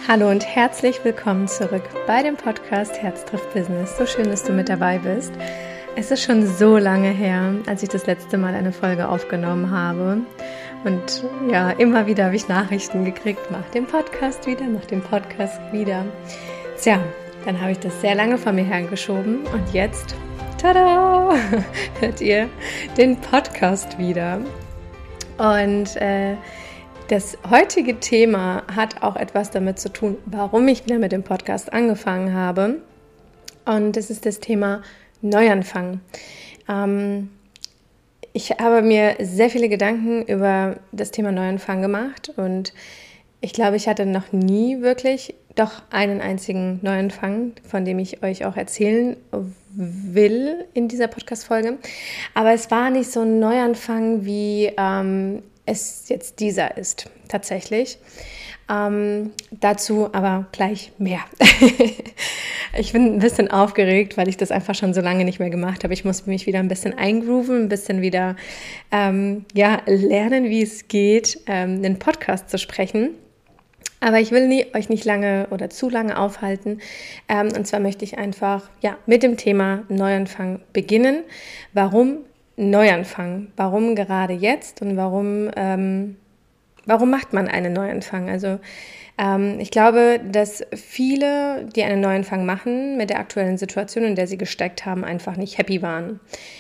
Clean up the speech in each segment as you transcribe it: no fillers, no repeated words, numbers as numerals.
Hallo und herzlich willkommen zurück bei dem Podcast Herz trifft Business. So schön, dass du mit dabei bist. Es ist schon so lange her, als ich das letzte Mal eine Folge aufgenommen habe. Und ja, immer wieder habe ich Nachrichten gekriegt, mach den Podcast wieder. Tja, dann habe ich das sehr lange von mir hergeschoben und jetzt, tada, hört ihr den Podcast wieder. Und das heutige Thema hat auch etwas damit zu tun, warum ich wieder mit dem Podcast angefangen habe. Und das ist das Thema Neuanfang. Ich habe mir sehr viele Gedanken über das Thema Neuanfang gemacht und ich glaube, ich hatte noch nie wirklich doch einen einzigen Neuanfang, von dem ich euch auch erzählen will in dieser Podcast-Folge. Aber es war nicht so ein Neuanfang, wie es jetzt dieser ist, tatsächlich. Dazu aber gleich mehr. Ich bin ein bisschen aufgeregt, weil ich das einfach schon so lange nicht mehr gemacht habe. Ich muss mich wieder ein bisschen eingrooven, ein bisschen wieder lernen, wie es geht, einen Podcast zu sprechen. Aber ich will euch nicht lange oder zu lange aufhalten. Und zwar möchte ich einfach mit dem Thema Neuanfang beginnen. Warum Neuanfang? Warum gerade jetzt und warum macht man einen Neuanfang? Also ich glaube, dass viele, die einen Neuanfang machen, mit der aktuellen Situation, in der sie gesteckt haben, einfach nicht happy waren.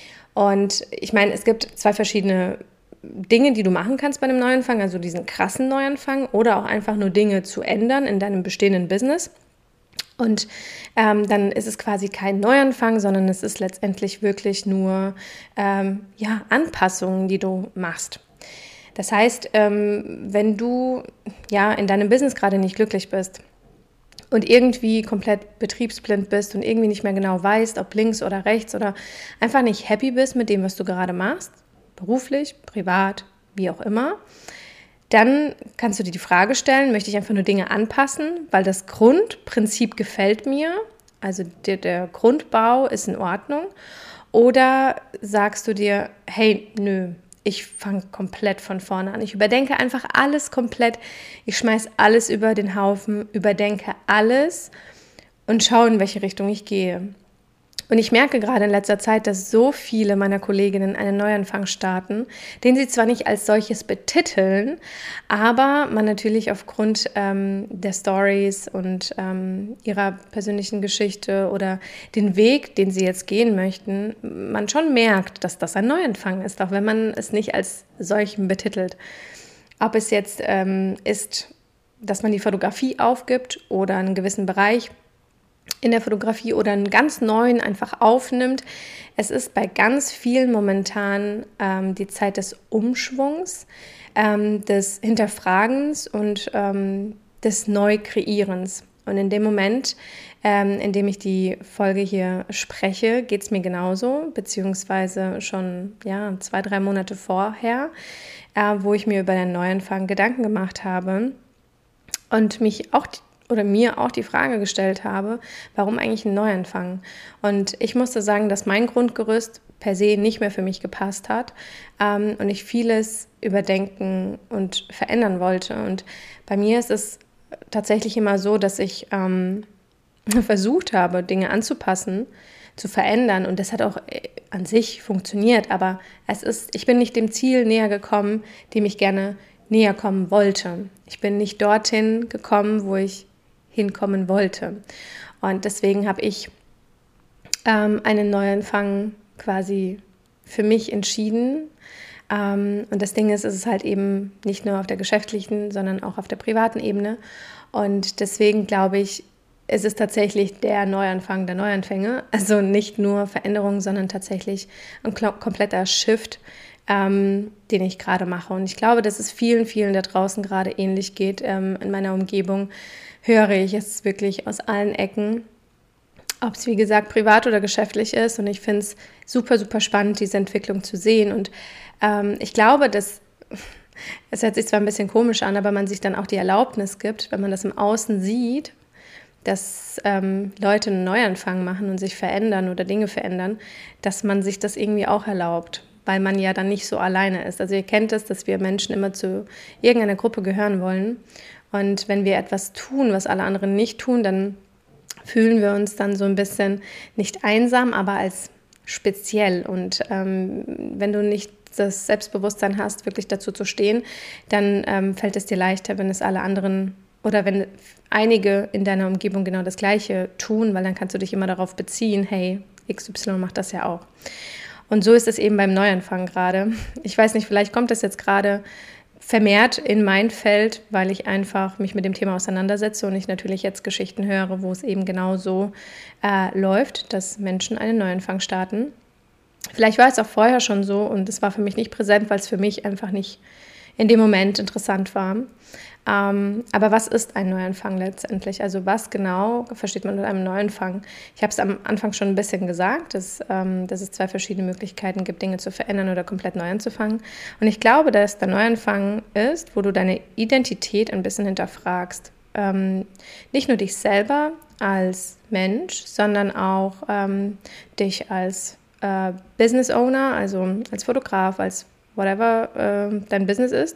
Und ich meine, es gibt zwei verschiedene Dinge, die du machen kannst bei einem Neuanfang, also diesen krassen Neuanfang oder auch einfach nur Dinge zu ändern in deinem bestehenden Business. Und dann ist es quasi kein Neuanfang, sondern es ist letztendlich wirklich nur Anpassungen, die du machst. Das heißt, wenn du in deinem Business gerade nicht glücklich bist und irgendwie komplett betriebsblind bist und irgendwie nicht mehr genau weißt, ob links oder rechts oder einfach nicht happy bist mit dem, was du gerade machst, beruflich, privat, wie auch immer, dann kannst du dir die Frage stellen, möchte ich einfach nur Dinge anpassen, weil das Grundprinzip gefällt mir, also der Grundbau ist in Ordnung, oder sagst du dir, hey, nö, ich fange komplett von vorne an. Ich überdenke einfach alles komplett, ich schmeiß alles über den Haufen, überdenke alles und schaue, in welche Richtung ich gehe. Und ich merke gerade in letzter Zeit, dass so viele meiner Kolleginnen einen Neuanfang starten, den sie zwar nicht als solches betiteln, aber man natürlich aufgrund der Stories und ihrer persönlichen Geschichte oder den Weg, den sie jetzt gehen möchten, man schon merkt, dass das ein Neuanfang ist, auch wenn man es nicht als solchen betitelt. Ob es jetzt ist, dass man die Fotografie aufgibt oder einen gewissen Bereich in der Fotografie oder einen ganz neuen einfach aufnimmt. Es ist bei ganz vielen momentan die Zeit des Umschwungs, des Hinterfragens und des Neukreierens. Und in dem Moment, in dem ich die Folge hier spreche, geht es mir genauso, beziehungsweise schon 2-3 Monate vorher, wo ich mir über den Neuanfang Gedanken gemacht habe und mir auch die Frage gestellt habe, warum eigentlich ein Neuanfang? Und ich musste sagen, dass mein Grundgerüst per se nicht mehr für mich gepasst hat und ich vieles überdenken und verändern wollte. Und bei mir ist es tatsächlich immer so, dass ich versucht habe, Dinge anzupassen, zu verändern, und das hat auch an sich funktioniert, aber ich bin nicht dem Ziel näher gekommen, dem ich gerne näher kommen wollte. Ich bin nicht dorthin gekommen, wo ich hinkommen wollte. Und deswegen habe ich einen Neuanfang quasi für mich entschieden. Und das Ding ist, es ist halt eben nicht nur auf der geschäftlichen, sondern auch auf der privaten Ebene. Und deswegen glaube ich, es ist tatsächlich der Neuanfang der Neuanfänge. Also nicht nur Veränderung, sondern tatsächlich ein kompletter Shift, den ich gerade mache. Und ich glaube, dass es vielen, vielen da draußen gerade ähnlich geht. In meiner Umgebung höre ich es wirklich aus allen Ecken, ob es wie gesagt privat oder geschäftlich ist. Und ich finde es super, super spannend, diese Entwicklung zu sehen. Und ich glaube, dass es hört sich zwar ein bisschen komisch an, aber man sich dann auch die Erlaubnis gibt, wenn man das im Außen sieht, dass Leute einen Neuanfang machen und sich verändern oder Dinge verändern, dass man sich das irgendwie auch erlaubt. weil man ja dann nicht so alleine ist. Also ihr kennt es, dass wir Menschen immer zu irgendeiner Gruppe gehören wollen. Und wenn wir etwas tun, was alle anderen nicht tun, dann fühlen wir uns dann so ein bisschen nicht einsam, aber als speziell. Und wenn du nicht das Selbstbewusstsein hast, wirklich dazu zu stehen, dann fällt es dir leichter, wenn es alle anderen oder wenn einige in deiner Umgebung genau das Gleiche tun, weil dann kannst du dich immer darauf beziehen, hey, XY macht das ja auch. Und so ist es eben beim Neuanfang gerade. Ich weiß nicht, vielleicht kommt das jetzt gerade vermehrt in mein Feld, weil ich einfach mich mit dem Thema auseinandersetze und ich natürlich jetzt Geschichten höre, wo es eben genau so läuft, dass Menschen einen Neuanfang starten. Vielleicht war es auch vorher schon so und es war für mich nicht präsent, weil es für mich einfach nicht in dem Moment interessant war. Aber was ist ein Neuanfang letztendlich? Also was genau versteht man mit einem Neuanfang? Ich habe es am Anfang schon ein bisschen gesagt, dass es 2 verschiedene Möglichkeiten gibt, Dinge zu verändern oder komplett neu anzufangen. Und ich glaube, dass der Neuanfang ist, wo du deine Identität ein bisschen hinterfragst. Nicht nur dich selber als Mensch, sondern auch dich als Business Owner, also als Fotograf, als whatever dein Business ist.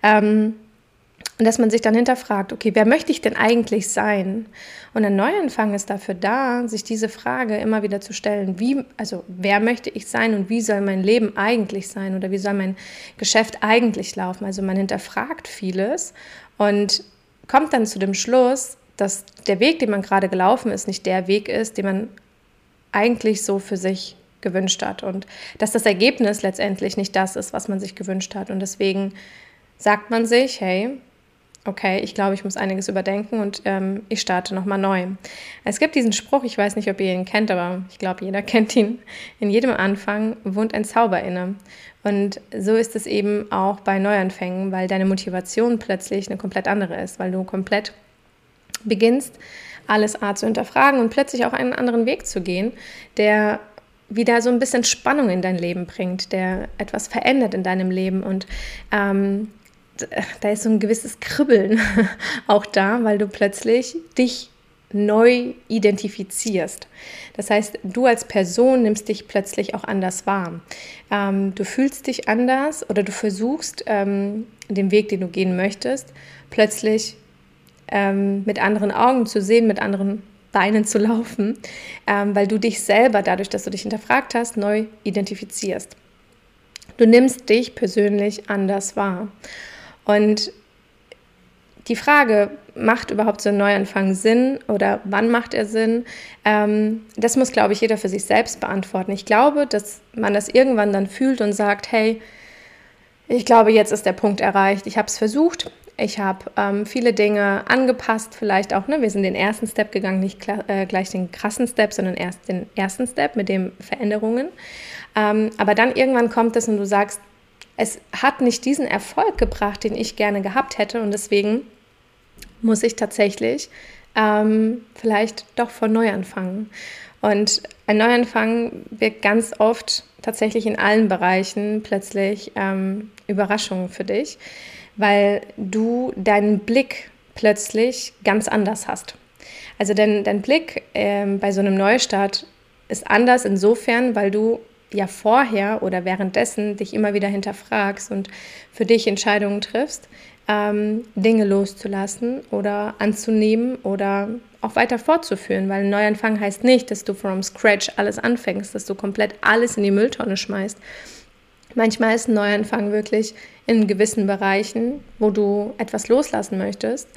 Und dass man sich dann hinterfragt, okay, wer möchte ich denn eigentlich sein? Und ein Neuanfang ist dafür da, sich diese Frage immer wieder zu stellen, wer möchte ich sein und wie soll mein Leben eigentlich sein oder wie soll mein Geschäft eigentlich laufen? Also man hinterfragt vieles und kommt dann zu dem Schluss, dass der Weg, den man gerade gelaufen ist, nicht der Weg ist, den man eigentlich so für sich gewünscht hat und dass das Ergebnis letztendlich nicht das ist, was man sich gewünscht hat. Und deswegen sagt man sich, hey, okay, ich glaube, ich muss einiges überdenken und ich starte nochmal neu. Es gibt diesen Spruch, ich weiß nicht, ob ihr ihn kennt, aber ich glaube, jeder kennt ihn. In jedem Anfang wohnt ein Zauber inne. Und so ist es eben auch bei Neuanfängen, weil deine Motivation plötzlich eine komplett andere ist, weil du komplett beginnst, alles zu hinterfragen und plötzlich auch einen anderen Weg zu gehen, der wieder so ein bisschen Spannung in dein Leben bringt, der etwas verändert in deinem Leben und da ist so ein gewisses Kribbeln auch da, weil du plötzlich dich neu identifizierst. Das heißt, du als Person nimmst dich plötzlich auch anders wahr. Du fühlst dich anders oder du versuchst, den Weg, den du gehen möchtest, plötzlich mit anderen Augen zu sehen, mit anderen Beinen zu laufen, weil du dich selber, dadurch, dass du dich hinterfragt hast, neu identifizierst. Du nimmst dich persönlich anders wahr. Und die Frage, macht überhaupt so ein Neuanfang Sinn oder wann macht er Sinn, das muss, glaube ich, jeder für sich selbst beantworten. Ich glaube, dass man das irgendwann dann fühlt und sagt, hey, ich glaube, jetzt ist der Punkt erreicht. Ich habe es versucht, ich habe viele Dinge angepasst, vielleicht auch, wir sind den ersten Step gegangen, nicht gleich den krassen Step, sondern erst den ersten Step mit den Veränderungen. Aber dann irgendwann kommt es und du sagst, es hat nicht diesen Erfolg gebracht, den ich gerne gehabt hätte und deswegen muss ich tatsächlich vielleicht doch von neu anfangen. Und ein Neuanfang wird ganz oft tatsächlich in allen Bereichen plötzlich Überraschungen für dich, weil du deinen Blick plötzlich ganz anders hast. Also dein Blick bei so einem Neustart ist anders insofern, weil du ja vorher oder währenddessen dich immer wieder hinterfragst und für dich Entscheidungen triffst, Dinge loszulassen oder anzunehmen oder auch weiter fortzuführen, weil ein Neuanfang heißt nicht, dass du from scratch alles anfängst, dass du komplett alles in die Mülltonne schmeißt. Manchmal ist ein Neuanfang wirklich in gewissen Bereichen, wo du etwas loslassen möchtest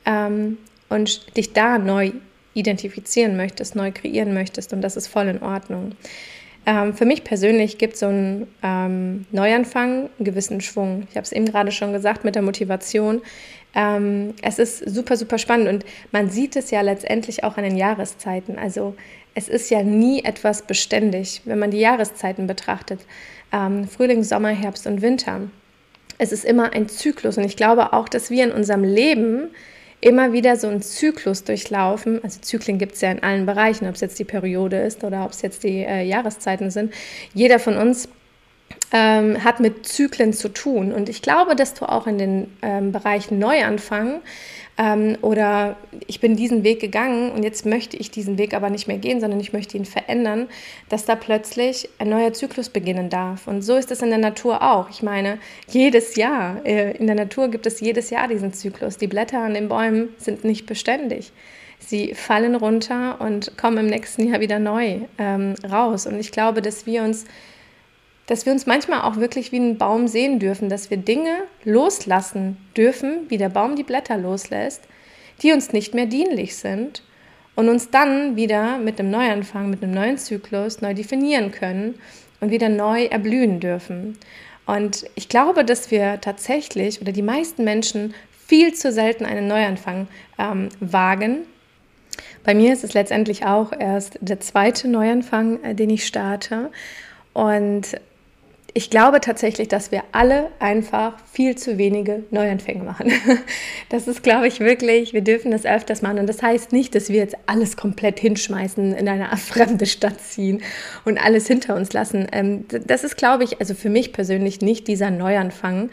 und dich da neu identifizieren möchtest, neu kreieren möchtest und das ist voll in Ordnung. Für mich persönlich gibt so ein Neuanfang einen gewissen Schwung. Ich habe es eben gerade schon gesagt mit der Motivation. Es ist super, super spannend und man sieht es ja letztendlich auch an den Jahreszeiten. Also es ist ja nie etwas beständig, wenn man die Jahreszeiten betrachtet. Frühling, Sommer, Herbst und Winter. Es ist immer ein Zyklus und ich glaube auch, dass wir in unserem Leben immer wieder so einen Zyklus durchlaufen. Also Zyklen gibt es ja in allen Bereichen, ob es jetzt die Periode ist oder ob es jetzt die Jahreszeiten sind. Jeder von uns hat mit Zyklen zu tun. Und ich glaube, dass du auch in den Bereichen Neuanfang oder ich bin diesen Weg gegangen und jetzt möchte ich diesen Weg aber nicht mehr gehen, sondern ich möchte ihn verändern, dass da plötzlich ein neuer Zyklus beginnen darf. Und so ist es in der Natur auch. Ich meine, jedes Jahr, in der Natur gibt es jedes Jahr diesen Zyklus. Die Blätter an den Bäumen sind nicht beständig. Sie fallen runter und kommen im nächsten Jahr wieder neu raus. Und ich glaube, dass wir uns manchmal auch wirklich wie ein Baum sehen dürfen, dass wir Dinge loslassen dürfen, wie der Baum die Blätter loslässt, die uns nicht mehr dienlich sind und uns dann wieder mit einem Neuanfang, mit einem neuen Zyklus neu definieren können und wieder neu erblühen dürfen. Und ich glaube, dass wir tatsächlich oder die meisten Menschen viel zu selten einen Neuanfang wagen. Bei mir ist es letztendlich auch erst der 2. Neuanfang, den ich starte. Und ich glaube tatsächlich, dass wir alle einfach viel zu wenige Neuanfänge machen. Das ist, glaube ich, wirklich, wir dürfen das öfters machen. Und das heißt nicht, dass wir jetzt alles komplett hinschmeißen, in eine fremde Stadt ziehen und alles hinter uns lassen. Das ist, glaube ich, also für mich persönlich nicht dieser Neuanfang,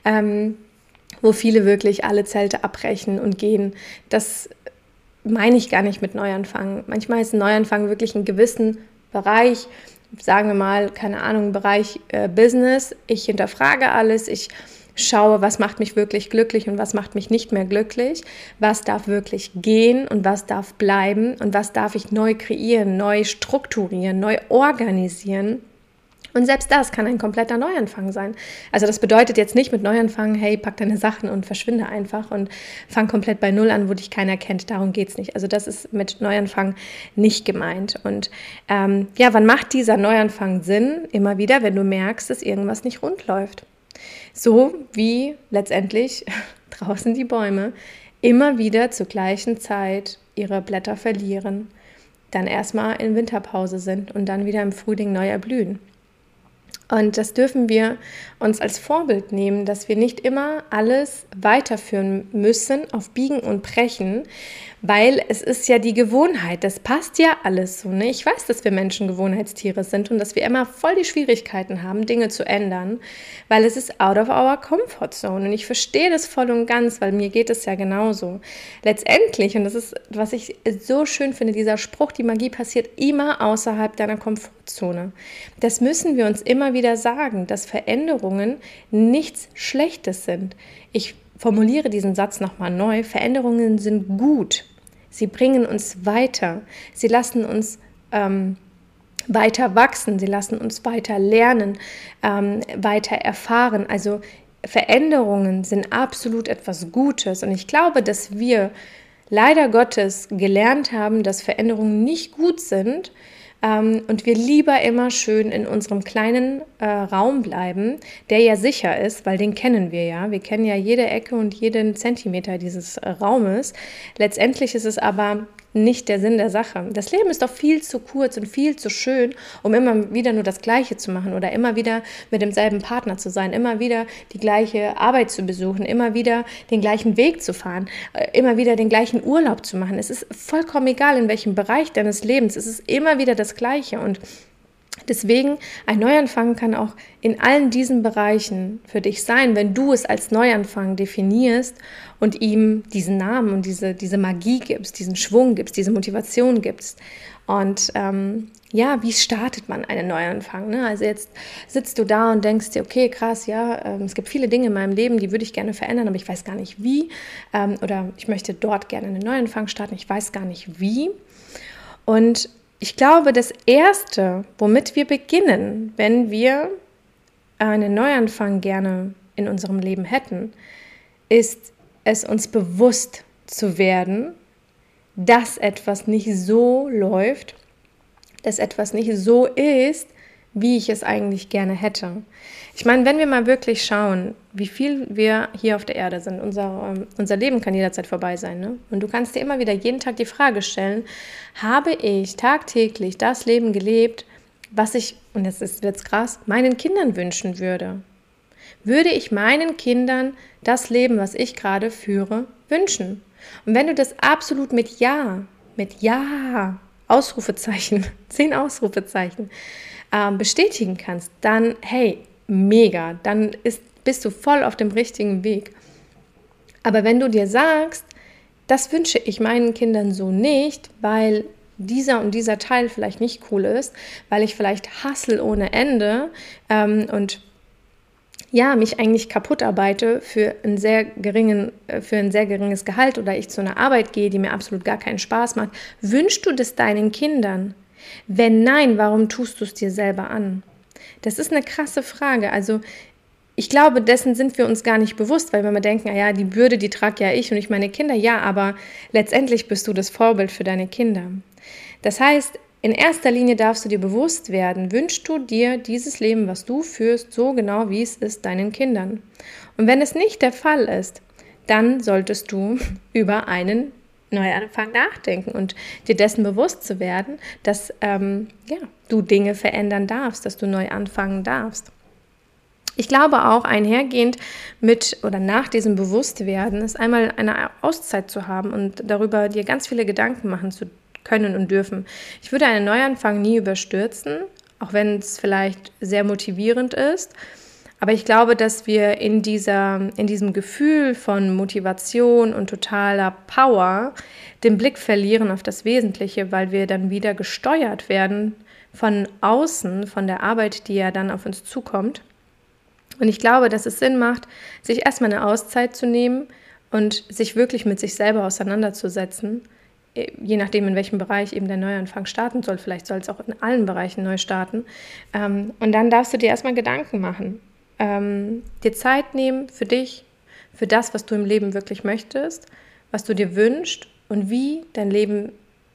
wo viele wirklich alle Zelte abbrechen und gehen. Das meine ich gar nicht mit Neuanfang. Manchmal ist ein Neuanfang wirklich einen gewissen Bereich, sagen wir mal, keine Ahnung, Bereich Business. Ich hinterfrage alles, ich schaue, was macht mich wirklich glücklich und was macht mich nicht mehr glücklich, was darf wirklich gehen und was darf bleiben und was darf ich neu kreieren, neu strukturieren, neu organisieren. Und selbst das kann ein kompletter Neuanfang sein. Also das bedeutet jetzt nicht mit Neuanfang, hey, pack deine Sachen und verschwinde einfach und fang komplett bei Null an, wo dich keiner kennt. Darum geht es nicht. Also das ist mit Neuanfang nicht gemeint. Und wann macht dieser Neuanfang Sinn? Immer wieder, wenn du merkst, dass irgendwas nicht rund läuft. So wie letztendlich draußen die Bäume immer wieder zur gleichen Zeit ihre Blätter verlieren, dann erstmal in Winterpause sind und dann wieder im Frühling neu erblühen. Und das dürfen wir uns als Vorbild nehmen, dass wir nicht immer alles weiterführen müssen auf Biegen und Brechen, weil es ist ja die Gewohnheit, das passt ja alles so. Ne? Ich weiß, dass wir Menschen Gewohnheitstiere sind und dass wir immer voll die Schwierigkeiten haben, Dinge zu ändern, weil es ist out of our comfort zone. Und ich verstehe das voll und ganz, weil mir geht es ja genauso. Letztendlich, und das ist, was ich so schön finde, dieser Spruch, die Magie passiert immer außerhalb deiner Komfortzone. Das müssen wir uns immer wieder sagen, dass Veränderungen nichts Schlechtes sind. Ich formuliere diesen Satz nochmal neu. Veränderungen sind gut. Sie bringen uns weiter. Sie lassen uns weiter wachsen. Sie lassen uns weiter lernen, weiter erfahren. Also Veränderungen sind absolut etwas Gutes. Und ich glaube, dass wir leider Gottes gelernt haben, dass Veränderungen nicht gut sind, und wir lieber immer schön in unserem kleinen Raum bleiben, der ja sicher ist, weil den kennen wir ja. Wir kennen ja jede Ecke und jeden Zentimeter dieses Raumes. Letztendlich ist es aber nicht der Sinn der Sache. Das Leben ist doch viel zu kurz und viel zu schön, um immer wieder nur das Gleiche zu machen oder immer wieder mit demselben Partner zu sein, immer wieder die gleiche Arbeit zu besuchen, immer wieder den gleichen Weg zu fahren, immer wieder den gleichen Urlaub zu machen. Es ist vollkommen egal, in welchem Bereich deines Lebens. Es ist immer wieder das Gleiche und deswegen, ein Neuanfang kann auch in allen diesen Bereichen für dich sein, wenn du es als Neuanfang definierst und ihm diesen Namen und diese Magie gibst, diesen Schwung gibst, diese Motivation gibst. Und wie startet man einen Neuanfang? Ne? Also jetzt sitzt du da und denkst dir, okay, krass, es gibt viele Dinge in meinem Leben, die würde ich gerne verändern, aber ich weiß gar nicht wie. Oder ich möchte dort gerne einen Neuanfang starten, ich weiß gar nicht wie. Und ich glaube, das Erste, womit wir beginnen, wenn wir einen Neuanfang gerne in unserem Leben hätten, ist es uns bewusst zu werden, dass etwas nicht so läuft, dass etwas nicht so ist, wie ich es eigentlich gerne hätte. Ich meine, wenn wir mal wirklich schauen, wie viel wir hier auf der Erde sind, unser Leben kann jederzeit vorbei sein. Ne? Und du kannst dir immer wieder jeden Tag die Frage stellen, habe ich tagtäglich das Leben gelebt, was ich, und jetzt wird's krass, meinen Kindern wünschen würde? Würde ich meinen Kindern das Leben, was ich gerade führe, wünschen? Und wenn du das absolut mit Ja, Ausrufezeichen, 10 Ausrufezeichen, bestätigen kannst, dann, hey, mega, dann bist du voll auf dem richtigen Weg. Aber wenn du dir sagst, das wünsche ich meinen Kindern so nicht, weil dieser und dieser Teil vielleicht nicht cool ist, weil ich vielleicht hustle ohne Ende und ja, mich eigentlich kaputt arbeite für ein sehr geringes Gehalt oder ich zu einer Arbeit gehe, die mir absolut gar keinen Spaß macht. Wünschst du das deinen Kindern? Wenn nein, warum tust du es dir selber an? Das ist eine krasse Frage. Also ich glaube, dessen sind wir uns gar nicht bewusst, weil wenn wir denken, ja, die Bürde, die trage ja ich und nicht meine Kinder. Ja, aber letztendlich bist du das Vorbild für deine Kinder. Das heißt, in erster Linie darfst du dir bewusst werden, wünschst du dir dieses Leben, was du führst, so genau wie es ist, deinen Kindern. Und wenn es nicht der Fall ist, dann solltest du über einen Neuanfang nachdenken und dir dessen bewusst zu werden, dass du Dinge verändern darfst, dass du neu anfangen darfst. Ich glaube auch, einhergehend mit oder nach diesem Bewusstwerden ist einmal eine Auszeit zu haben und darüber dir ganz viele Gedanken machen zu können und dürfen. Ich würde einen Neuanfang nie überstürzen, auch wenn es vielleicht sehr motivierend ist. Aber ich glaube, dass wir in diesem Gefühl von Motivation und totaler Power den Blick verlieren auf das Wesentliche, weil wir dann wieder gesteuert werden von außen, von der Arbeit, die ja dann auf uns zukommt. Und ich glaube, dass es Sinn macht, sich erstmal eine Auszeit zu nehmen und sich wirklich mit sich selber auseinanderzusetzen, je nachdem, in welchem Bereich eben der Neuanfang starten soll. Vielleicht soll es auch in allen Bereichen neu starten. Und dann darfst du dir erstmal Gedanken machen. Dir Zeit nehmen für dich, für das, was du im Leben wirklich möchtest, was du dir wünschst und wie dein Leben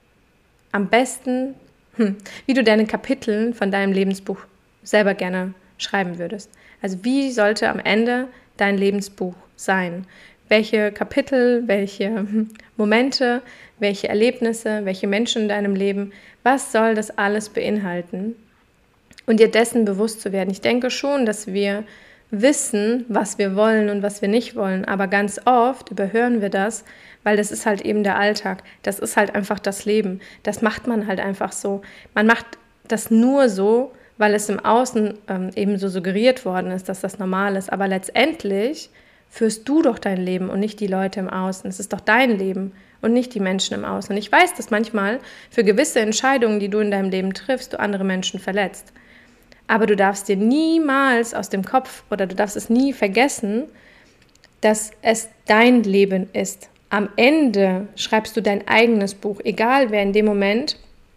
am besten, wie du deine Kapitel von deinem Lebensbuch selber gerne schreiben würdest. Also wie sollte am Ende dein Lebensbuch sein? Welche Kapitel, welche Momente, welche Erlebnisse, welche Menschen in deinem Leben, was soll das alles beinhalten? Und dir dessen bewusst zu werden. Ich denke schon, dass wir wissen, was wir wollen und was wir nicht wollen, aber ganz oft überhören wir das, weil das ist halt eben der Alltag. Das ist halt einfach das Leben. Das macht man halt einfach so. Man macht das nur so, weil es im Außen eben so suggeriert worden ist, dass das normal ist. Aber letztendlich führst du doch dein Leben und nicht die Leute im Außen. Es ist doch dein Leben und nicht die Menschen im Außen. Und ich weiß, dass manchmal für gewisse Entscheidungen, die du in deinem Leben triffst, du andere Menschen verletzt. Aber du darfst dir niemals aus dem Kopf oder du darfst es nie vergessen, dass es dein Leben ist. Am Ende schreibst du dein eigenes Buch, egal wer in dem Moment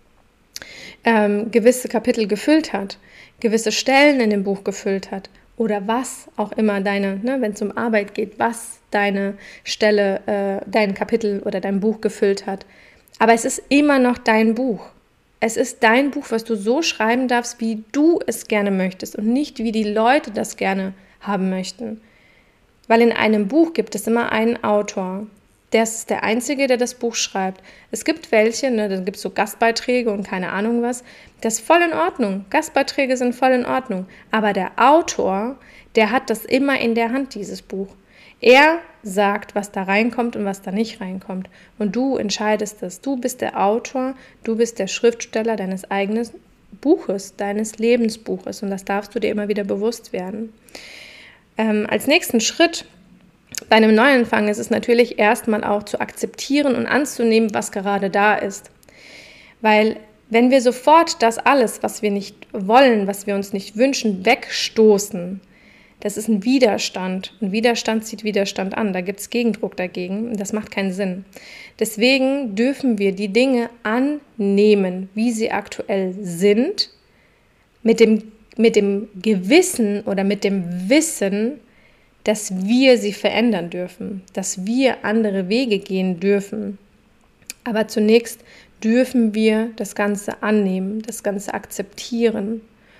gewisse Kapitel gefüllt hat, gewisse Stellen in dem Buch gefüllt hat oder was auch immer wenn es um Arbeit geht, was deine Stelle, dein Kapitel oder dein Buch gefüllt hat. Aber es ist immer noch dein Buch. Es ist dein Buch, was du so schreiben darfst, wie du es gerne möchtest und nicht, wie die Leute das gerne haben möchten. Weil in einem Buch gibt es immer einen Autor. Der ist der Einzige, der das Buch schreibt. Es gibt welche, da gibt es so Gastbeiträge und keine Ahnung was. Das ist voll in Ordnung. Gastbeiträge sind voll in Ordnung. Aber der Autor, der hat das immer in der Hand, dieses Buch. Er sagt, was da reinkommt und was da nicht reinkommt. Und du entscheidest das. Du bist der Autor, du bist der Schriftsteller deines eigenen Buches, deines Lebensbuches. Und das darfst du dir immer wieder bewusst werden. Als nächsten Schritt bei einem Neuanfang ist es natürlich erstmal auch zu akzeptieren und anzunehmen, was gerade da ist. Weil wenn wir sofort das alles, was wir nicht wollen, was wir uns nicht wünschen, wegstoßen, das ist ein Widerstand. Und Widerstand zieht Widerstand an. Da gibt es Gegendruck dagegen. Das macht keinen Sinn. Deswegen dürfen wir die Dinge annehmen, wie sie aktuell sind, mit dem Gewissen oder mit dem Wissen, dass wir sie verändern dürfen, dass wir andere Wege gehen dürfen. Aber zunächst dürfen wir das Ganze annehmen, das Ganze akzeptieren.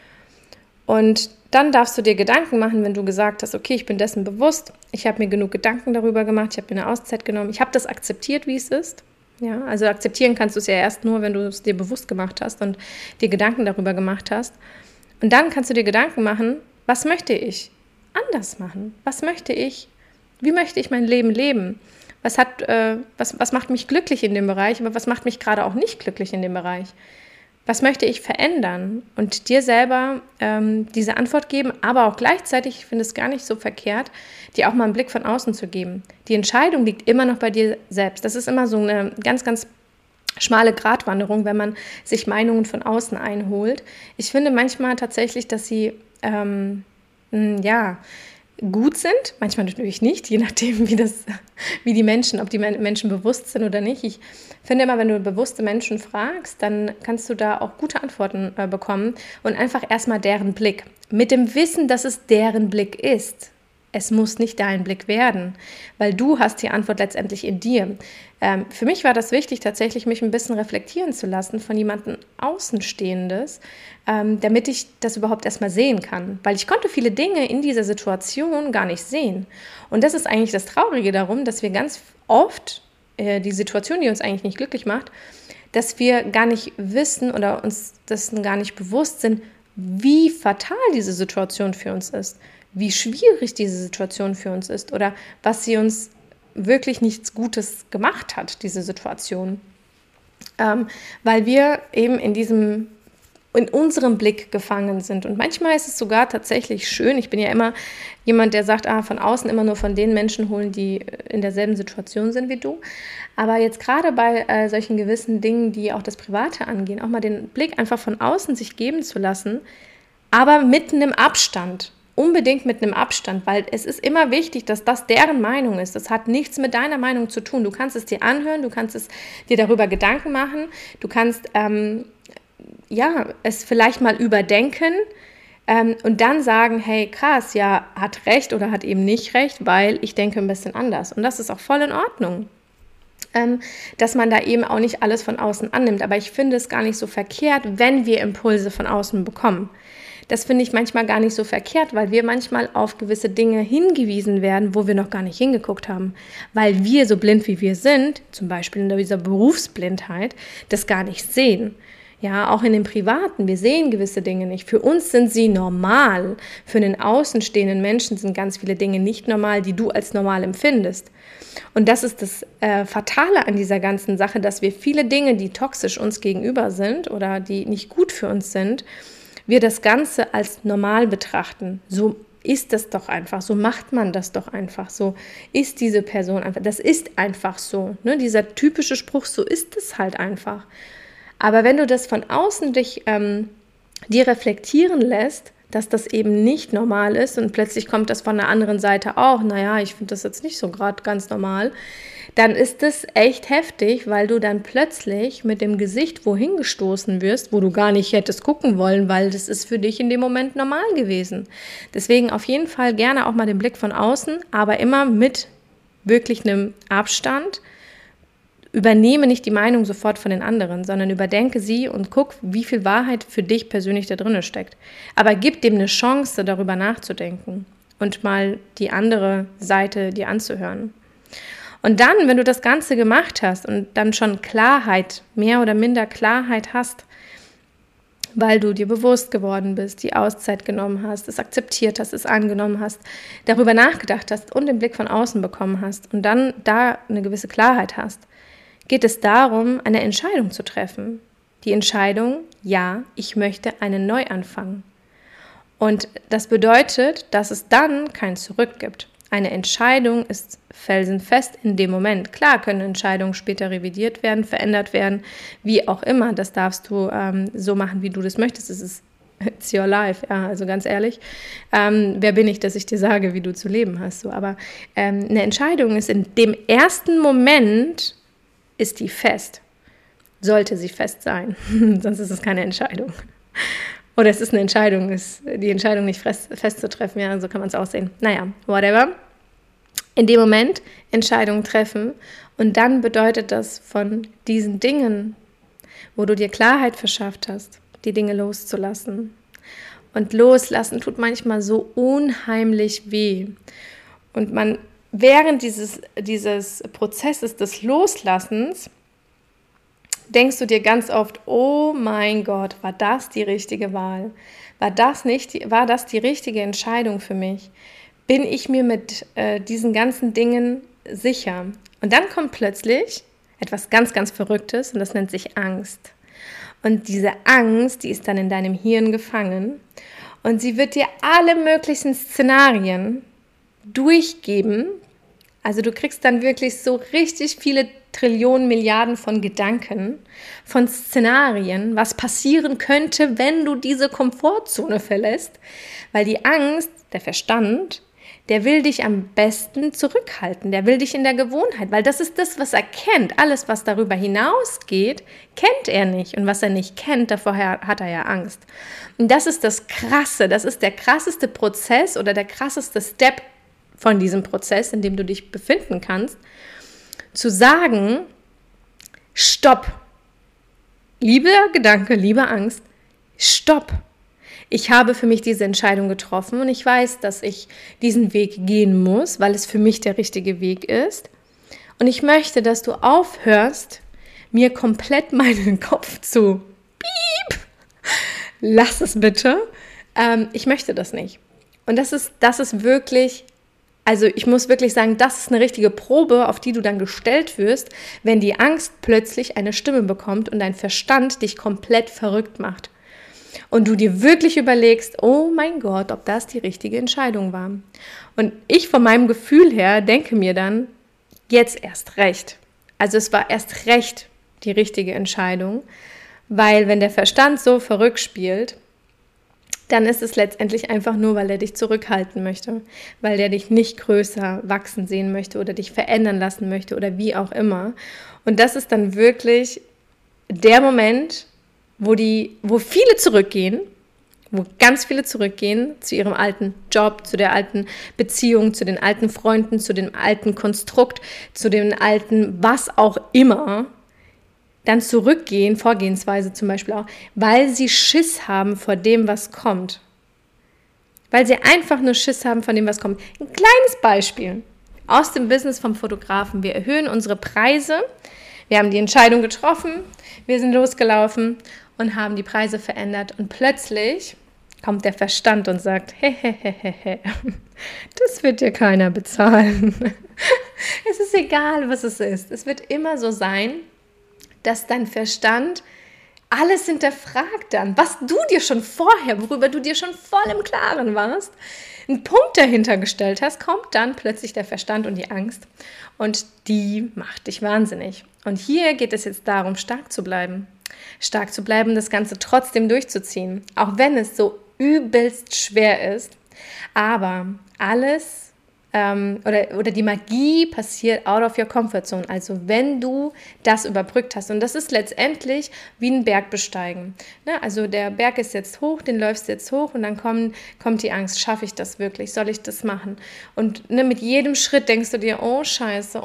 Und dann darfst du dir Gedanken machen, wenn du gesagt hast, okay, ich bin dessen bewusst, ich habe mir genug Gedanken darüber gemacht, ich habe mir eine Auszeit genommen, ich habe das akzeptiert, wie es ist. Ja, also akzeptieren kannst du es ja erst nur, wenn du es dir bewusst gemacht hast und dir Gedanken darüber gemacht hast. Und dann kannst du dir Gedanken machen, was möchte ich anders machen? Was möchte ich? Wie möchte ich mein Leben leben? Was macht mich glücklich in dem Bereich, aber was macht mich gerade auch nicht glücklich in dem Bereich? was möchte ich verändern? Und dir selber diese Antwort geben, aber auch gleichzeitig, ich finde es gar nicht so verkehrt, dir auch mal einen Blick von außen zu geben. Die Entscheidung liegt immer noch bei dir selbst. Das ist immer so eine ganz, ganz schmale Gratwanderung, wenn man sich Meinungen von außen einholt. Ich finde manchmal tatsächlich, dass sie gut sind, manchmal natürlich nicht, je nachdem, wie die Menschen, ob die Menschen bewusst sind oder nicht. Ich finde immer, wenn du bewusste Menschen fragst, dann kannst du da auch gute Antworten bekommen und einfach erstmal deren Blick. Mit dem Wissen, dass es deren Blick ist. Es muss nicht dein Blick werden, weil du hast die Antwort letztendlich in dir. Für mich war das wichtig, tatsächlich mich ein bisschen reflektieren zu lassen von jemandem Außenstehendes, damit ich das überhaupt erstmal sehen kann. Weil ich konnte viele Dinge in dieser Situation gar nicht sehen. Und das ist eigentlich das Traurige darum, dass wir ganz oft die Situation, die uns eigentlich nicht glücklich macht, dass wir gar nicht wissen oder uns dessen gar nicht bewusst sind, wie fatal diese Situation für uns ist, wie schwierig diese Situation für uns ist oder was sie uns wirklich nichts Gutes gemacht hat, diese Situation. Weil wir eben in unserem Blick gefangen sind. Und manchmal ist es sogar tatsächlich schön. Ich bin ja immer jemand, der sagt, von außen immer nur von den Menschen holen, die in derselben Situation sind wie du. Aber jetzt gerade bei solchen gewissen Dingen, die auch das Private angehen, auch mal den Blick einfach von außen sich geben zu lassen, aber mit einem Abstand. Unbedingt mit einem Abstand, weil es ist immer wichtig, dass das deren Meinung ist. Das hat nichts mit deiner Meinung zu tun. Du kannst es dir anhören, du kannst es dir darüber Gedanken machen, du kannst es vielleicht mal überdenken und dann sagen, hey krass, ja, hat recht oder hat eben nicht recht, weil ich denke ein bisschen anders. Und das ist auch voll in Ordnung, dass man da eben auch nicht alles von außen annimmt. Aber ich finde es gar nicht so verkehrt, wenn wir Impulse von außen bekommen. Das finde ich manchmal gar nicht so verkehrt, weil wir manchmal auf gewisse Dinge hingewiesen werden, wo wir noch gar nicht hingeguckt haben. Weil wir so blind wie wir sind, zum Beispiel in dieser Berufsblindheit, das gar nicht sehen. Ja, auch in dem Privaten, wir sehen gewisse Dinge nicht. Für uns sind sie normal. Für einen außenstehenden Menschen sind ganz viele Dinge nicht normal, die du als normal empfindest. Und das ist das Fatale an dieser ganzen Sache, dass wir viele Dinge, die toxisch uns gegenüber sind oder die nicht gut für uns sind, wir das Ganze als normal betrachten. So ist das doch einfach, so macht man das doch einfach, so ist diese Person einfach, das ist einfach so. Ne? Dieser typische Spruch, so ist es halt einfach. Aber wenn du das von außen dir reflektieren lässt, dass das eben nicht normal ist und plötzlich kommt das von der anderen Seite auch, naja, ich finde das jetzt nicht so gerade ganz normal, dann ist das echt heftig, weil du dann plötzlich mit dem Gesicht wohin gestoßen wirst, wo du gar nicht hättest gucken wollen, weil das ist für dich in dem Moment normal gewesen. Deswegen auf jeden Fall gerne auch mal den Blick von außen, aber immer mit wirklich einem Abstand. Übernehme nicht die Meinung sofort von den anderen, sondern überdenke sie und guck, wie viel Wahrheit für dich persönlich da drin steckt. Aber gib dem eine Chance, darüber nachzudenken und mal die andere Seite dir anzuhören. Und dann, wenn du das Ganze gemacht hast und dann schon Klarheit, mehr oder minder Klarheit hast, weil du dir bewusst geworden bist, die Auszeit genommen hast, es akzeptiert hast, es angenommen hast, darüber nachgedacht hast und den Blick von außen bekommen hast und dann da eine gewisse Klarheit hast, geht es darum, eine Entscheidung zu treffen. Die Entscheidung, ja, ich möchte einen Neuanfang. Und das bedeutet, dass es dann kein Zurück gibt. Eine Entscheidung ist felsenfest in dem Moment. Klar können Entscheidungen später revidiert werden, verändert werden, wie auch immer. Das darfst du so machen, wie du das möchtest. It's your life, ja, also ganz ehrlich. Wer bin ich, dass ich dir sage, wie du zu leben hast? So. Aber eine Entscheidung ist in dem ersten Moment, ist die fest. Sollte sie fest sein. Sonst ist es keine Entscheidung. Oder es ist eine Entscheidung, ist die Entscheidung nicht festzutreffen. Ja, so kann man es auch sehen. Naja, whatever. In dem Moment Entscheidungen treffen und dann bedeutet das von diesen Dingen, wo du dir Klarheit verschafft hast, die Dinge loszulassen. Und loslassen tut manchmal so unheimlich weh. Und man während dieses Prozesses des Loslassens denkst du dir ganz oft, oh mein Gott, war das die richtige Wahl? War das die richtige Entscheidung für mich? Bin ich mir mit diesen ganzen Dingen sicher? Und dann kommt plötzlich etwas ganz, ganz Verrücktes und das nennt sich Angst. Und diese Angst, die ist dann in deinem Hirn gefangen und sie wird dir alle möglichen Szenarien durchgeben. Also du kriegst dann wirklich so richtig viele Trillionen, Milliarden von Gedanken, von Szenarien, was passieren könnte, wenn du diese Komfortzone verlässt. Weil die Angst, der Verstand, der will dich am besten zurückhalten, der will dich in der Gewohnheit, weil das ist das, was er kennt. Alles, was darüber hinausgeht, kennt er nicht. Und was er nicht kennt, davor hat er ja Angst. Und das ist das Krasse, das ist der krasseste Prozess oder der krasseste Step von diesem Prozess, in dem du dich befinden kannst, zu sagen, stopp, lieber Gedanke, liebe Angst, stopp. Ich habe für mich diese Entscheidung getroffen und ich weiß, dass ich diesen Weg gehen muss, weil es für mich der richtige Weg ist. Und ich möchte, dass du aufhörst, mir komplett meinen Kopf zu piep. Lass es bitte. Ich möchte das nicht. Und das ist wirklich, also ich muss wirklich sagen, das ist eine richtige Probe, auf die du dann gestellt wirst, wenn die Angst plötzlich eine Stimme bekommt und dein Verstand dich komplett verrückt macht. Und du dir wirklich überlegst, oh mein Gott, ob das die richtige Entscheidung war. Und ich von meinem Gefühl her denke mir dann, jetzt erst recht. Also es war erst recht die richtige Entscheidung, weil wenn der Verstand so verrückt spielt, dann ist es letztendlich einfach nur, weil er dich zurückhalten möchte, weil er dich nicht größer wachsen sehen möchte oder dich verändern lassen möchte oder wie auch immer. Und das ist dann wirklich der Moment, wo viele zurückgehen, wo ganz viele zurückgehen zu ihrem alten Job, zu der alten Beziehung, zu den alten Freunden, zu dem alten Konstrukt, zu den alten was auch immer, dann zurückgehen, Vorgehensweise zum Beispiel auch, weil sie Schiss haben vor dem, was kommt. Weil sie einfach nur Schiss haben von dem, was kommt. Ein kleines Beispiel aus dem Business vom Fotografen. Wir erhöhen unsere Preise. Wir haben die Entscheidung getroffen, wir sind losgelaufen und haben die Preise verändert. Und plötzlich kommt der Verstand und sagt, hehehehe, das wird dir keiner bezahlen. Es ist egal, was es ist. Es wird immer so sein, dass dein Verstand alles hinterfragt dann, was du dir schon vorher, worüber du dir schon voll im Klaren warst, einen Punkt dahinter gestellt hast, kommt dann plötzlich der Verstand und die Angst und die macht dich wahnsinnig. Und hier geht es jetzt darum, stark zu bleiben, das Ganze trotzdem durchzuziehen, auch wenn es so übelst schwer ist, aber alles oder die Magie passiert out of your comfort zone, also wenn du das überbrückt hast. Und das ist letztendlich wie ein Berg besteigen. Ne? Also der Berg ist jetzt hoch, den läufst du jetzt hoch und dann kommt die Angst, schaffe ich das wirklich, soll ich das machen? Und mit jedem Schritt denkst du dir, oh scheiße,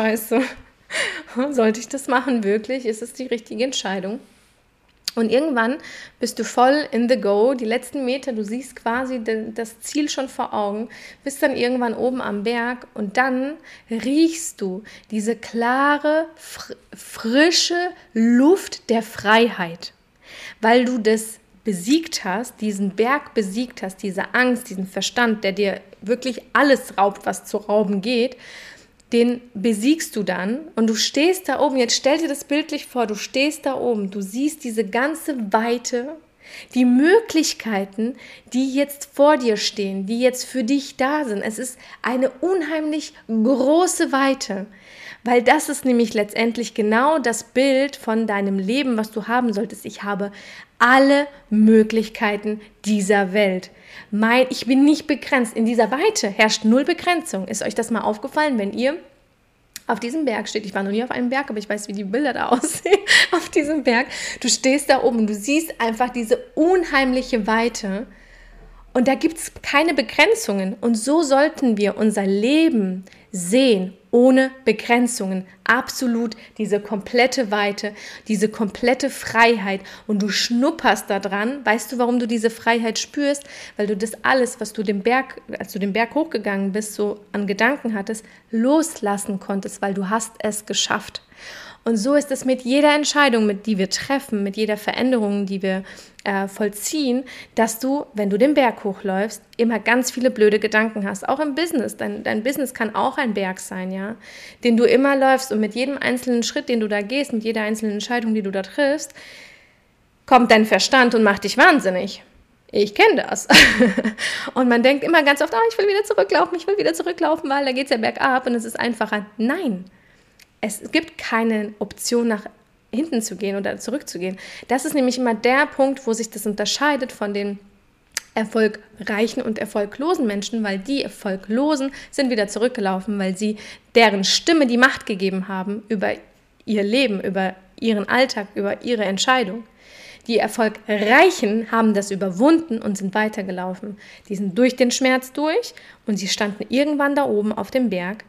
sollte ich das machen wirklich? Ist es die richtige Entscheidung? Und irgendwann bist du voll in the go, die letzten Meter, du siehst quasi das Ziel schon vor Augen, bist dann irgendwann oben am Berg und dann riechst du diese klare, frische Luft der Freiheit, weil du das besiegt hast, diesen Berg besiegt hast, diese Angst, diesen Verstand, der dir wirklich alles raubt, was zu rauben geht, den besiegst du dann und du stehst da oben. Jetzt stell dir das bildlich vor, du stehst da oben, du siehst diese ganze Weite, die Möglichkeiten, die jetzt vor dir stehen, die jetzt für dich da sind. Es ist eine unheimlich große Weite, weil das ist nämlich letztendlich genau das Bild von deinem Leben, was du haben solltest. Ich habe alle Möglichkeiten dieser Welt. Ich bin nicht begrenzt. In dieser Weite herrscht null Begrenzung. Ist euch das mal aufgefallen, wenn ihr auf diesem Berg steht? Ich war noch nie auf einem Berg, aber ich weiß, wie die Bilder da aussehen auf diesem Berg. Du stehst da oben, du siehst einfach diese unheimliche Weite und da gibt es keine Begrenzungen. Und so sollten wir unser Leben sehen, ohne Begrenzungen, absolut diese komplette Weite, diese komplette Freiheit und du schnupperst da dran. Weißt du, warum du diese Freiheit spürst? Weil du das alles, was du als du den Berg hochgegangen bist, so an Gedanken hattest, loslassen konntest, weil du hast es geschafft. Und so ist es mit jeder Entscheidung, die wir treffen, mit jeder Veränderung, die wir vollziehen, dass du, wenn du den Berg hochläufst, immer ganz viele blöde Gedanken hast. Auch im Business. Dein Business kann auch ein Berg sein, ja, den du immer läufst und mit jedem einzelnen Schritt, den du da gehst, mit jeder einzelnen Entscheidung, die du da triffst, kommt dein Verstand und macht dich wahnsinnig. Ich kenne das. Und man denkt immer ganz oft, ich will wieder zurücklaufen, weil da geht es ja bergab und es ist einfacher. Nein, es gibt keine Option, nach hinten zu gehen oder zurückzugehen. Das ist nämlich immer der Punkt, wo sich das unterscheidet von den erfolgreichen und erfolglosen Menschen, weil die Erfolglosen sind wieder zurückgelaufen, weil sie deren Stimme die Macht gegeben haben über ihr Leben, über ihren Alltag, über ihre Entscheidung. Die Erfolgreichen haben das überwunden und sind weitergelaufen. Die sind durch den Schmerz durch und sie standen irgendwann da oben auf dem Berg,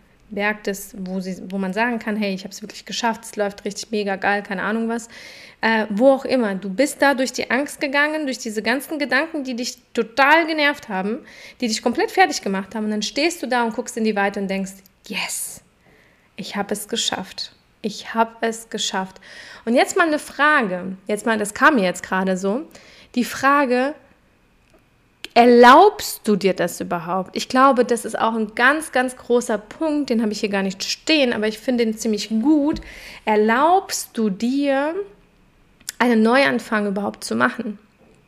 wo man sagen kann, hey, ich habe es wirklich geschafft, es läuft richtig mega geil, keine Ahnung was, wo auch immer. Du bist da durch die Angst gegangen, durch diese ganzen Gedanken, die dich total genervt haben, die dich komplett fertig gemacht haben und dann stehst du da und guckst in die Weite und denkst, yes, ich habe es geschafft. Ich habe es geschafft. Und jetzt mal eine Frage, das kam mir jetzt gerade so, die Frage, erlaubst du dir das überhaupt? Ich glaube, das ist auch ein ganz, ganz großer Punkt, den habe ich hier gar nicht stehen, aber ich finde ihn ziemlich gut. Erlaubst du dir, einen Neuanfang überhaupt zu machen?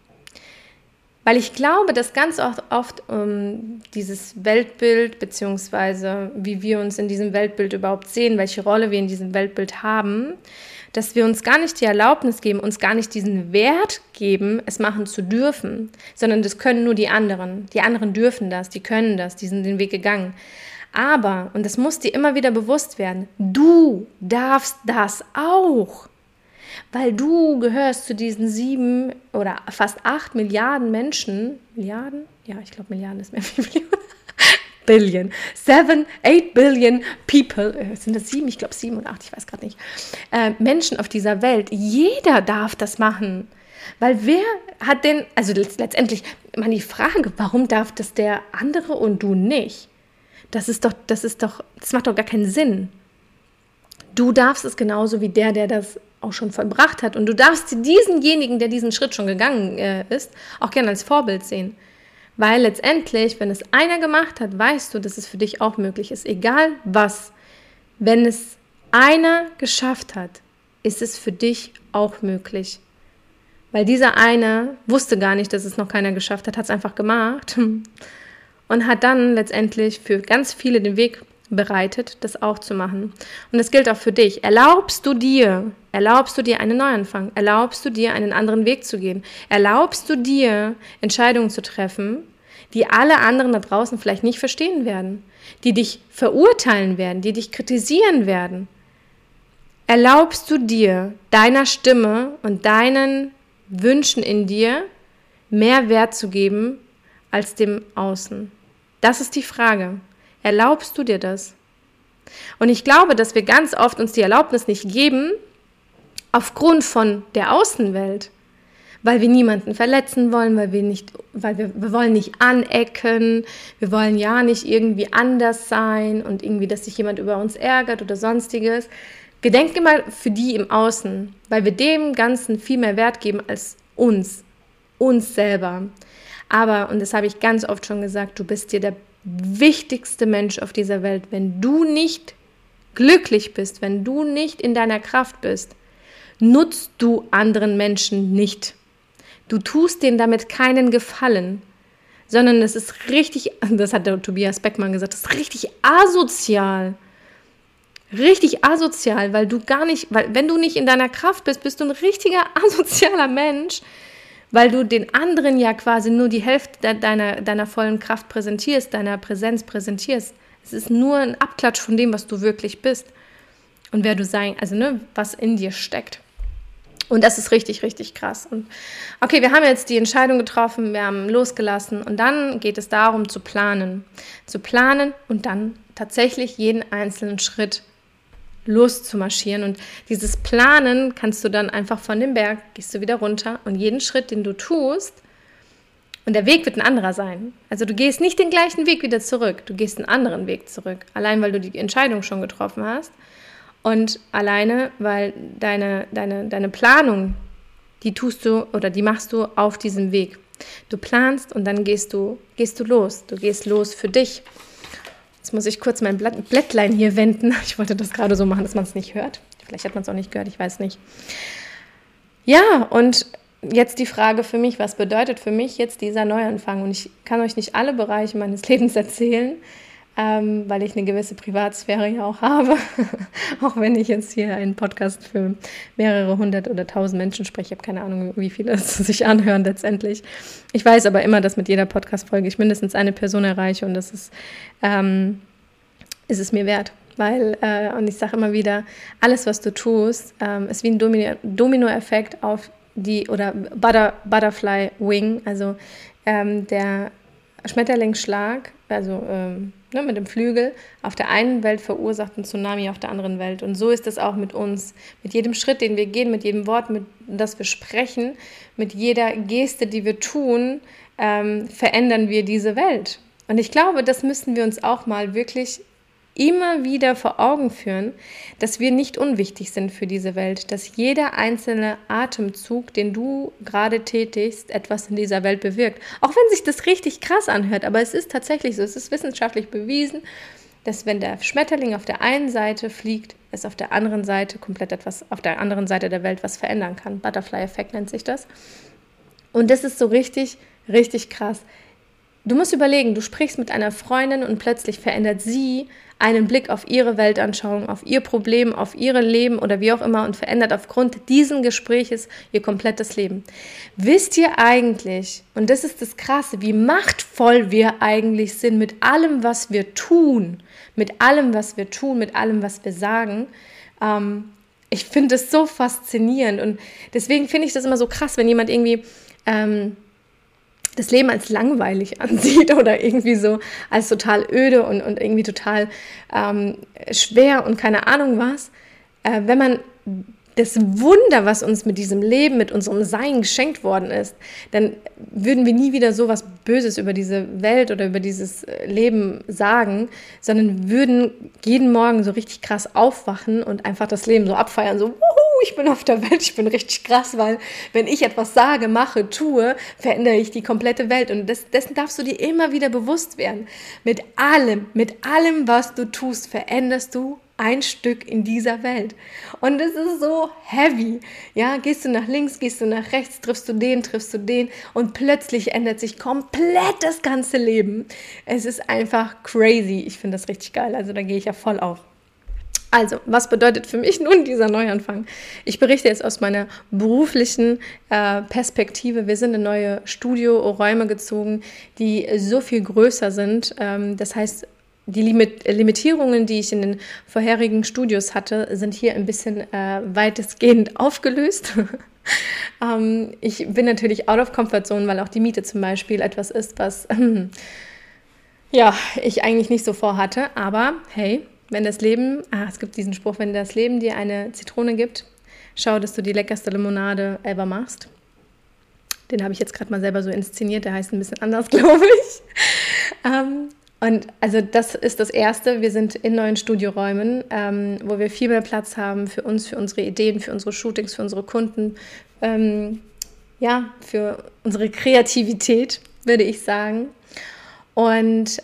Weil ich glaube, dass ganz oft dieses Weltbild, beziehungsweise wie wir uns in diesem Weltbild überhaupt sehen, welche Rolle wir in diesem Weltbild haben, dass wir uns gar nicht die Erlaubnis geben, uns gar nicht diesen Wert geben, es machen zu dürfen, sondern das können nur die anderen. Die anderen dürfen das, die können das, die sind den Weg gegangen. Aber, und das muss dir immer wieder bewusst werden, du darfst das auch. Weil du gehörst zu diesen 7 oder fast 8 Milliarden Menschen. Milliarden? Ja, ich glaube, Milliarden ist mehr wie Millionen. Billion. 8 Billion people. Sind das 7? Ich glaube 7 oder 8, ich weiß gerade nicht. Menschen auf dieser Welt. Jeder darf das machen. Weil wer hat denn, also letztendlich mal die Frage, warum darf das der andere und du nicht? Das macht doch gar keinen Sinn. Du darfst es genauso wie der das auch schon vollbracht hat. Und du darfst diesenjenigen, der diesen Schritt schon gegangen ist, auch gerne als Vorbild sehen. Weil letztendlich, wenn es einer gemacht hat, weißt du, dass es für dich auch möglich ist. Egal was. Wenn es einer geschafft hat, ist es für dich auch möglich. Weil dieser eine wusste gar nicht, dass es noch keiner geschafft hat es einfach gemacht und hat dann letztendlich für ganz viele den Weg bereitet, das auch zu machen. Und das gilt auch für dich. Erlaubst du dir einen Neuanfang? Erlaubst du dir, einen anderen Weg zu gehen? Erlaubst du dir, Entscheidungen zu treffen, die alle anderen da draußen vielleicht nicht verstehen werden, die dich verurteilen werden, die dich kritisieren werden? Erlaubst du dir, deiner Stimme und deinen Wünschen in dir mehr Wert zu geben als dem Außen? Das ist die Frage. Erlaubst du dir das? Und ich glaube, dass wir ganz oft uns die Erlaubnis nicht geben, aufgrund von der Außenwelt, weil wir niemanden verletzen wollen, weil wir wollen nicht anecken, wir wollen ja nicht irgendwie anders sein und irgendwie, dass sich jemand über uns ärgert oder sonstiges. Wir denken immer für die im Außen, weil wir dem Ganzen viel mehr Wert geben als uns selber. Aber, und das habe ich ganz oft schon gesagt, du bist dir der wichtigste Mensch auf dieser Welt. Wenn du nicht glücklich bist, wenn du nicht in deiner Kraft bist, nutzt du anderen Menschen nicht. Du tust denen damit keinen Gefallen, sondern es ist richtig, das hat der Tobias Beckmann gesagt, das ist richtig asozial. Richtig asozial, weil wenn du nicht in deiner Kraft bist, bist du ein richtiger asozialer Mensch, weil du den anderen ja quasi nur die Hälfte deiner vollen Kraft präsentierst, deiner Präsenz präsentierst. Es ist nur ein Abklatsch von dem, was du wirklich bist und wer du sein, was in dir steckt. Und das ist richtig, richtig krass. Und okay, wir haben jetzt die Entscheidung getroffen, wir haben losgelassen und dann geht es darum zu planen und dann tatsächlich jeden einzelnen Schritt loszumarschieren. Und dieses Planen kannst du dann einfach von dem Berg, gehst du wieder runter und jeden Schritt, den du tust, und der Weg wird ein anderer sein. Also du gehst nicht den gleichen Weg wieder zurück, du gehst einen anderen Weg zurück, allein weil du die Entscheidung schon getroffen hast und alleine, weil deine Planung, die tust du oder die machst du auf diesem Weg. Du planst und dann gehst du los. Du gehst los für dich. Jetzt muss ich kurz mein Blättlein hier wenden. Ich wollte das gerade so machen, dass man es nicht hört. Vielleicht hat man es auch nicht gehört, ich weiß nicht. Ja, und jetzt die Frage für mich, was bedeutet für mich jetzt dieser Neuanfang? Und ich kann euch nicht alle Bereiche meines Lebens erzählen, weil ich eine gewisse Privatsphäre ja auch habe, auch wenn ich jetzt hier einen Podcast für mehrere hundert oder tausend Menschen spreche. Ich habe keine Ahnung, wie viele es sich anhören letztendlich. Ich weiß aber immer, dass mit jeder Podcast-Folge ich mindestens eine Person erreiche und das ist es mir wert. Weil, und ich sage immer wieder, alles, was du tust, ist wie ein Dominoeffekt auf oder Butterfly Wing, also der Schmetterlingsschlag, also mit dem Flügel, auf der einen Welt verursacht einen Tsunami auf der anderen Welt. Und so ist es auch mit uns. Mit jedem Schritt, den wir gehen, mit jedem Wort, mit das wir sprechen, mit jeder Geste, die wir tun, verändern wir diese Welt. Und ich glaube, das müssen wir uns auch mal wirklich immer wieder vor Augen führen, dass wir nicht unwichtig sind für diese Welt, dass jeder einzelne Atemzug, den du gerade tätigst, etwas in dieser Welt bewirkt. Auch wenn sich das richtig krass anhört, aber es ist tatsächlich so, es ist wissenschaftlich bewiesen, dass wenn der Schmetterling auf der einen Seite fliegt, es auf der anderen Seite komplett etwas, auf der anderen Seite der Welt was verändern kann. Butterfly-Effekt nennt sich das. Und das ist so richtig, richtig krass. Du musst überlegen, du sprichst mit einer Freundin und plötzlich verändert sie einen Blick auf ihre Weltanschauung, auf ihr Problem, auf ihr Leben oder wie auch immer und verändert aufgrund dieses Gespräches ihr komplettes Leben. Wisst ihr eigentlich, und das ist das Krasse, wie machtvoll wir eigentlich sind mit allem, was wir tun, mit allem, was wir sagen. Ich finde es so faszinierend und deswegen finde ich das immer so krass, wenn jemand irgendwie das Leben als langweilig ansieht oder irgendwie so als total öde und irgendwie total schwer und keine Ahnung was, wenn man das Wunder, was uns mit diesem Leben, mit unserem Sein geschenkt worden ist, dann würden wir nie wieder so was Böses über diese Welt oder über dieses Leben sagen, sondern würden jeden Morgen so richtig krass aufwachen und einfach das Leben so abfeiern, so, ich bin auf der Welt, ich bin richtig krass, weil wenn ich etwas sage, mache, tue, verändere ich die komplette Welt und dessen darfst du dir immer wieder bewusst werden. Mit allem, was du tust, veränderst du ein Stück in dieser Welt. Und es ist so heavy. Ja, gehst du nach links, gehst du nach rechts, triffst du den und plötzlich ändert sich komplett das ganze Leben. Es ist einfach crazy. Ich finde das richtig geil. Also da gehe ich ja voll auf. Also, was bedeutet für mich nun dieser Neuanfang? Ich berichte jetzt aus meiner beruflichen Perspektive. Wir sind in neue Studioräume gezogen, die so viel größer sind. Das heißt, die Limitierungen, die ich in den vorherigen Studios hatte, sind hier ein bisschen weitestgehend aufgelöst. Ich bin natürlich out of comfort zone, weil auch die Miete zum Beispiel etwas ist, was ich eigentlich nicht so vorhatte. Aber hey, wenn das Leben, es gibt diesen Spruch, wenn das Leben dir eine Zitrone gibt, schau, dass du die leckerste Limonade ever machst. Den habe ich jetzt gerade mal selber so inszeniert, der heißt ein bisschen anders, glaube ich. Und also das ist das Erste, wir sind in neuen Studioräumen, wo wir viel mehr Platz haben für uns, für unsere Ideen, für unsere Shootings, für unsere Kunden, für unsere Kreativität, würde ich sagen. Und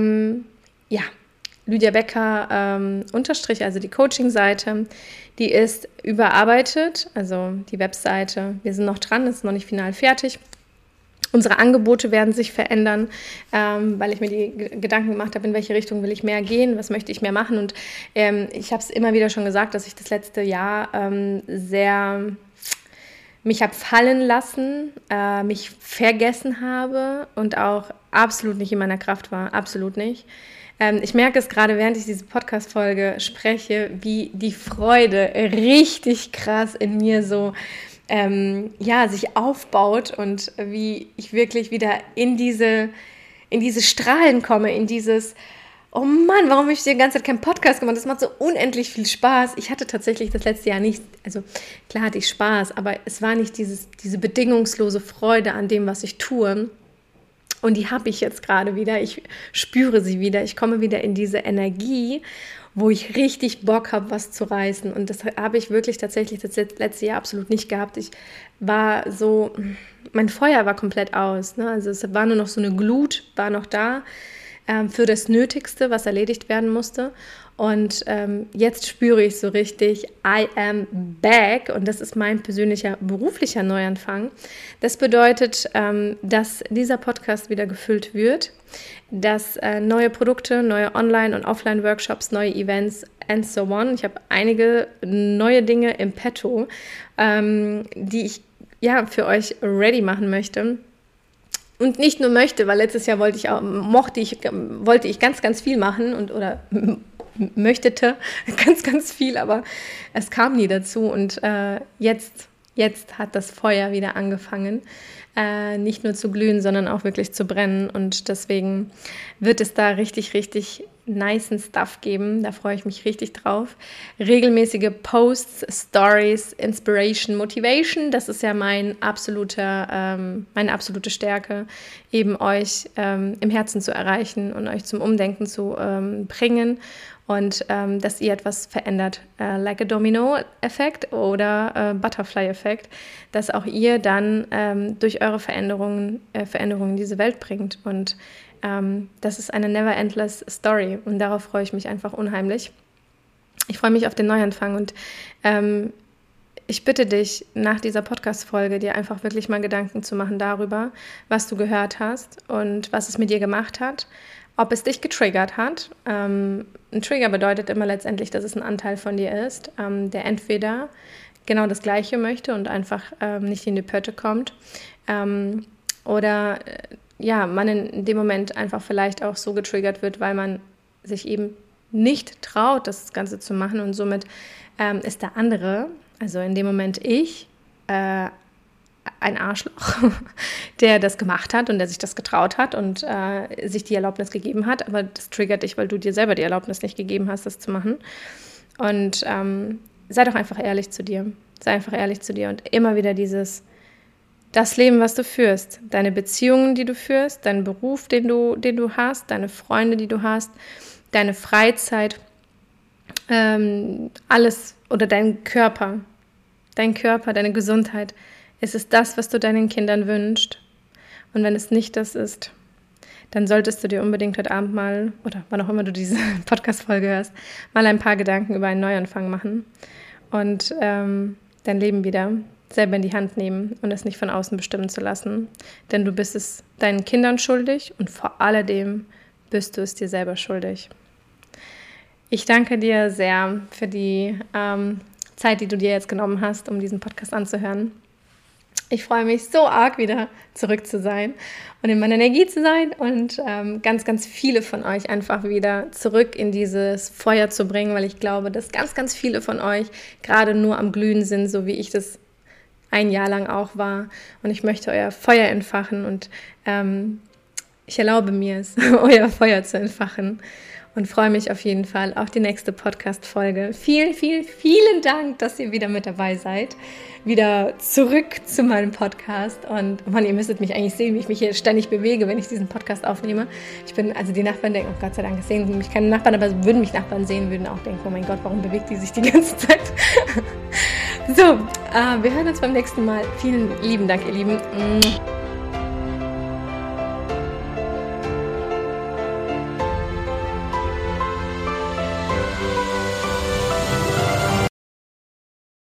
Lydia Becker _ also die Coaching-Seite, die ist überarbeitet, also die Webseite, wir sind noch dran, ist noch nicht final fertig. Unsere Angebote werden sich verändern, weil ich mir die Gedanken gemacht habe, in welche Richtung will ich mehr gehen, was möchte ich mehr machen. Und ich habe es immer wieder schon gesagt, dass ich das letzte Jahr sehr mich habe fallen lassen, mich vergessen habe und auch absolut nicht in meiner Kraft war, absolut nicht. Ich merke es gerade, während ich diese Podcast-Folge spreche, wie die Freude richtig krass in mir so sich aufbaut und wie ich wirklich wieder in diese Strahlen komme, in dieses, oh Mann, warum habe ich die ganze Zeit keinen Podcast gemacht? Das macht so unendlich viel Spaß. Ich hatte tatsächlich das letzte Jahr nicht, also klar hatte ich Spaß, aber es war nicht diese bedingungslose Freude an dem, was ich tue. Und die habe ich jetzt gerade wieder. Ich spüre sie wieder. Ich komme wieder in diese Energie, wo ich richtig Bock habe, was zu reißen. Und das habe ich wirklich tatsächlich das letzte Jahr absolut nicht gehabt. Ich war so, mein Feuer war komplett aus. Ne? Also es war nur noch so eine Glut, war noch da für das Nötigste, was erledigt werden musste. Und jetzt spüre ich so richtig, I am back. Und das ist mein persönlicher beruflicher Neuanfang. Das bedeutet, dass dieser Podcast wieder gefüllt wird, dass neue Produkte, neue Online- und Offline-Workshops, neue Events and so on. Ich habe einige neue Dinge im Petto, die ich für euch ready machen möchte. Und nicht nur möchte, weil letztes Jahr wollte ich ganz, ganz viel machen oder möchtete ganz, ganz viel, aber es kam nie dazu. Und jetzt hat das Feuer wieder angefangen, nicht nur zu glühen, sondern auch wirklich zu brennen. Und deswegen wird es da richtig, richtig nicen Stuff geben. Da freue ich mich richtig drauf. Regelmäßige Posts, Stories, Inspiration, Motivation. Das ist ja meine absolute Stärke, eben euch im Herzen zu erreichen und euch zum Umdenken zu bringen. Und dass ihr etwas verändert, like a Domino-Effekt oder Butterfly-Effekt, dass auch ihr dann durch eure Veränderungen in diese Welt bringt. Und das ist eine never-endless Story und darauf freue ich mich einfach unheimlich. Ich freue mich auf den Neuanfang und ich bitte dich, nach dieser Podcast-Folge dir einfach wirklich mal Gedanken zu machen darüber, was du gehört hast und was es mit dir gemacht hat, ob es dich getriggert hat. Ein Trigger bedeutet immer letztendlich, dass es ein Anteil von dir ist, der entweder genau das Gleiche möchte und einfach nicht in die Pötte kommt oder man in dem Moment einfach vielleicht auch so getriggert wird, weil man sich eben nicht traut, das Ganze zu machen und somit ist der andere, also in dem Moment ich, ein Arschloch, der das gemacht hat und der sich das getraut hat und sich die Erlaubnis gegeben hat, aber das triggert dich, weil du dir selber die Erlaubnis nicht gegeben hast, das zu machen. Und sei doch einfach ehrlich zu dir. Sei einfach ehrlich zu dir und immer wieder das Leben, was du führst, deine Beziehungen, die du führst, deinen Beruf, den du hast, deine Freunde, die du hast, deine Freizeit, alles oder dein Körper, deine Gesundheit. Ist es das, was du deinen Kindern wünschst? Und wenn es nicht das ist, dann solltest du dir unbedingt heute Abend mal, oder wann auch immer du diese Podcast-Folge hörst, mal ein paar Gedanken über einen Neuanfang machen und dein Leben wieder selber in die Hand nehmen und es nicht von außen bestimmen zu lassen. Denn du bist es deinen Kindern schuldig und vor alledem bist du es dir selber schuldig. Ich danke dir sehr für die Zeit, die du dir jetzt genommen hast, um diesen Podcast anzuhören. Ich freue mich so arg, wieder zurück zu sein und in meiner Energie zu sein und ganz, ganz viele von euch einfach wieder zurück in dieses Feuer zu bringen, weil ich glaube, dass ganz, ganz viele von euch gerade nur am Glühen sind, so wie ich das ein Jahr lang auch war. Und ich möchte euer Feuer entfachen und ich erlaube mir es, euer Feuer zu entfachen. Und freue mich auf jeden Fall auf die nächste Podcast-Folge. Vielen, vielen, vielen Dank, dass ihr wieder mit dabei seid. Wieder zurück zu meinem Podcast. Und Mann, ihr müsstet mich eigentlich sehen, wie ich mich hier ständig bewege, wenn ich diesen Podcast aufnehme. Die Nachbarn denken, oh Gott sei Dank, es sehen mich keine Nachbarn, aber würden mich Nachbarn sehen, würden auch denken, oh mein Gott, warum bewegt die sich die ganze Zeit? So, wir hören uns beim nächsten Mal. Vielen lieben Dank, ihr Lieben.